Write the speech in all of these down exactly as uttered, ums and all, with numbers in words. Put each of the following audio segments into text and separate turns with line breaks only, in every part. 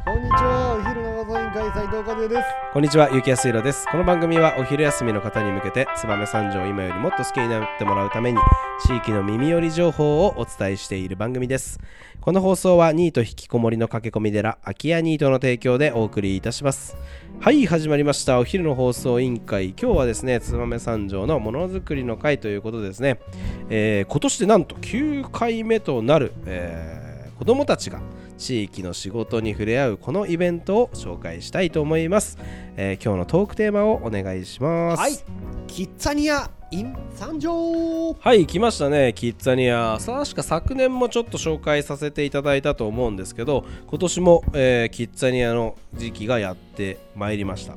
こんにちは、お昼の放送委員会斉藤和也です。
こんにちは、ゆきやすいろです。この番組はお昼休みの方に向けて燕三条を今よりもっと好きになってもらうために地域の耳寄り情報をお伝えしている番組です。この放送はニート引きこもりの駆け込み寺空き家ニートの提供でお送りいたします。はい、始まりましたお昼の放送委員会。今日はですね、燕三条のものづくりの会ということでですね、えー、今年でなんときゅうかいめとなる、えー、子どもたちが地域の仕事に触れ合うこのイベントを紹介したいと思います。えー、今日のトークテーマをお願いします。
はい、キッザニア in 三条。
はい、来ましたね、キッザニア。確か昨年もちょっと紹介させていただいたと思うんですけど、今年も、えー、キッザニアの時期がやってまいりました。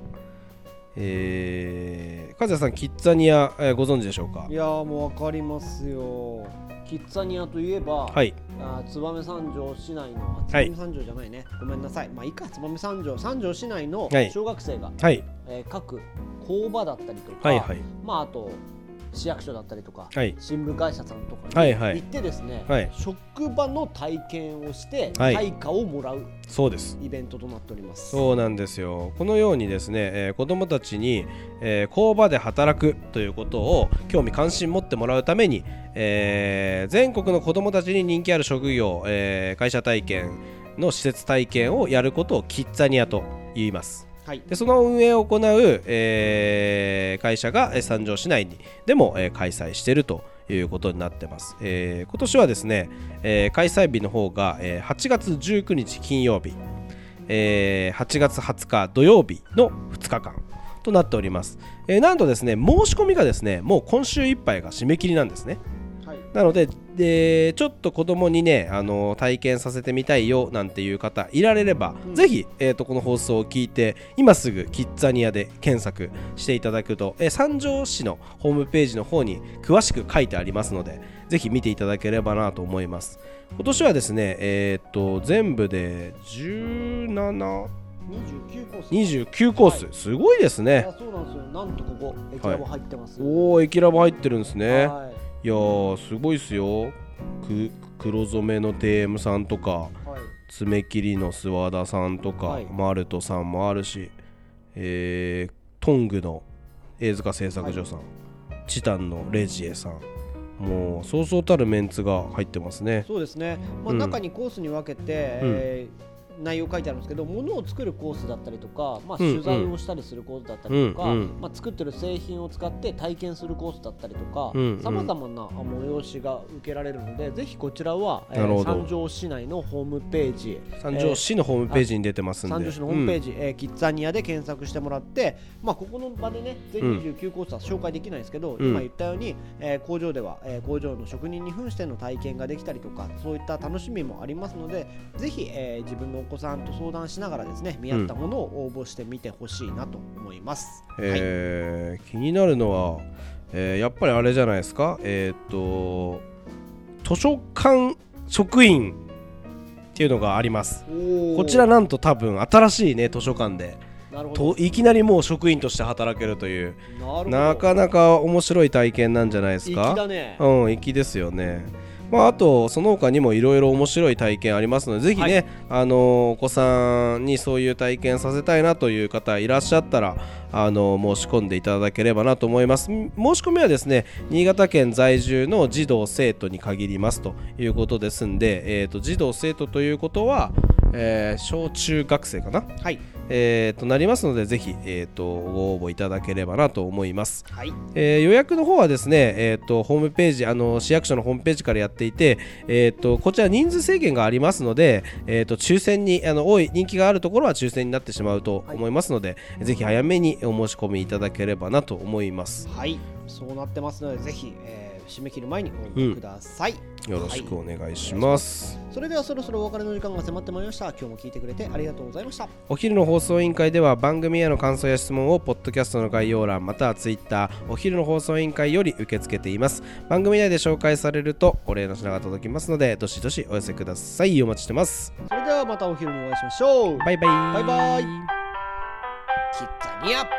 えー、和也さん、キッザニア、えー、ご存知でしょうか？
いやー、もう分かりますよ。キッザニアといえば、
はい、
あ燕三条市内の、燕三条じゃないね、はい、ごめんなさい、まあいいか、燕三条三条市内の小学生が、
はい、
えー、各工場だったりとか、
はいはい、
まああと市役所だったりとか、はい、新聞会社さんとかに行ってですね、はいはい、職場の体験をして対価をもらう、
そうです
イベントとなっております。
そうなんですよ。このようにですね、えー、子どもたちに、えー、工場で働くということを興味関心持ってもらうために、えー、全国の子どもたちに人気ある職業、えー、会社体験の施設体験をやることをキッザニアと言います。はい、でその運営を行う、えー、会社が三条市内にでも、えー、開催しているということになってます。えー、今年はですね、えー、開催日の方が、えー、はちがつじゅうくにち金曜日、えー、はちがつはつか土曜日のふつかかんとなっております。えー、なんとですね、申し込みがですね、もう今週いっぱいが締め切りなんですね。はい、なので、でちょっと子供にね、あの体験させてみたいよなんていう方いられれば、うん、ぜひ、えー、とこの放送を聞いて今すぐキッザニアで検索していただくと、えー、三条市のホームページの方に詳しく書いてありますので、ぜひ見ていただければなと思います。今年はですね、えー、と全部でじゅうななにじゅうきゅうコース、はい、すごいですね。
そうなんですよ。なんとここ駅ラボ入ってます、
はい、おー、駅ラボ入ってるんですね。
はい、
いやー、すごいっすよ。く黒染めの ティーエム さんとか、はい、爪切りの諏訪田さんとか、はい、マルトさんもあるし、えー、トングの飯塚製作所さん、はい、チタンのレジエさん、もうそうそうたるメンツが入ってますね。
そうですね、まあ、中にコースに分けて、うん、えー内容書いてあるんですけど、物を作るコースだったりとか、まあ、取材をしたりするコースだったりとか、うんうん、まあ、作ってる製品を使って体験するコースだったりとか、さまざまな催しが受けられるので、ぜひこちらは、えー、三条市内のホームページ、
三条市のホームページに出てますんで、
三条市のホームページ、うん、えー、キッザニアで検索してもらって、まあ、ここの場でね全にじゅうきゅうコースは紹介できないんですけど、うん、今言ったように、えー、工場では、えー、工場の職人に扮しての体験ができたりとか、そういった楽しみもありますので、ぜひ、えー、自分のお子さんと相談しながらですね、見合ったものを応募してみてほしいなと思います。
うん、えーはい、気になるのは、えー、やっぱりあれじゃないですか、えー、っと図書館職員っていうのがあります。こちらなんと多分新しいね図書館でといきなりもう職員として働けるという、 な, なかなか面白い体験なんじゃないですか。
粋だね。
うん、粋ですよね。まあ、あとその他にもいろいろ面白い体験ありますので、ぜひね、はい、あのお子さんにそういう体験させたいなという方いらっしゃったら、あの申し込んでいただければなと思います。申し込みはですね、新潟県在住の児童生徒に限りますということですんで、えー、と児童生徒ということは、えー、小中学生かな、はい、えー、となりますので、ぜひ、えー、とご応募いただければなと思います。はい、えー、予約の方はですね、えー、とホームページ、あの市役所のホームページからやっていて、えー、とこちら人数制限がありますので、えー、と抽選にあの多い人気があるところは抽選になってしまうと思いますので、はい、ぜひ早めにお申し込みいただければなと思います。
はい、そうなってますので、ぜひ、えー締め切る前にご応募ください。
うん、よろしくお願いします。
はい、それではそろそろお別れの時間が迫ってまいりました。今日も聞いてくれてありがとうございました。
お昼の放送委員会では番組への感想や質問をポッドキャストの概要欄またはツイッターお昼の放送委員会より受け付けています。番組内で紹介されるとお礼の品が届きますので、どしどしお寄せください。お待ちしてます。
それではまたお昼にお会いしましょう。
バイバイ。
バイバイ。キッザニア。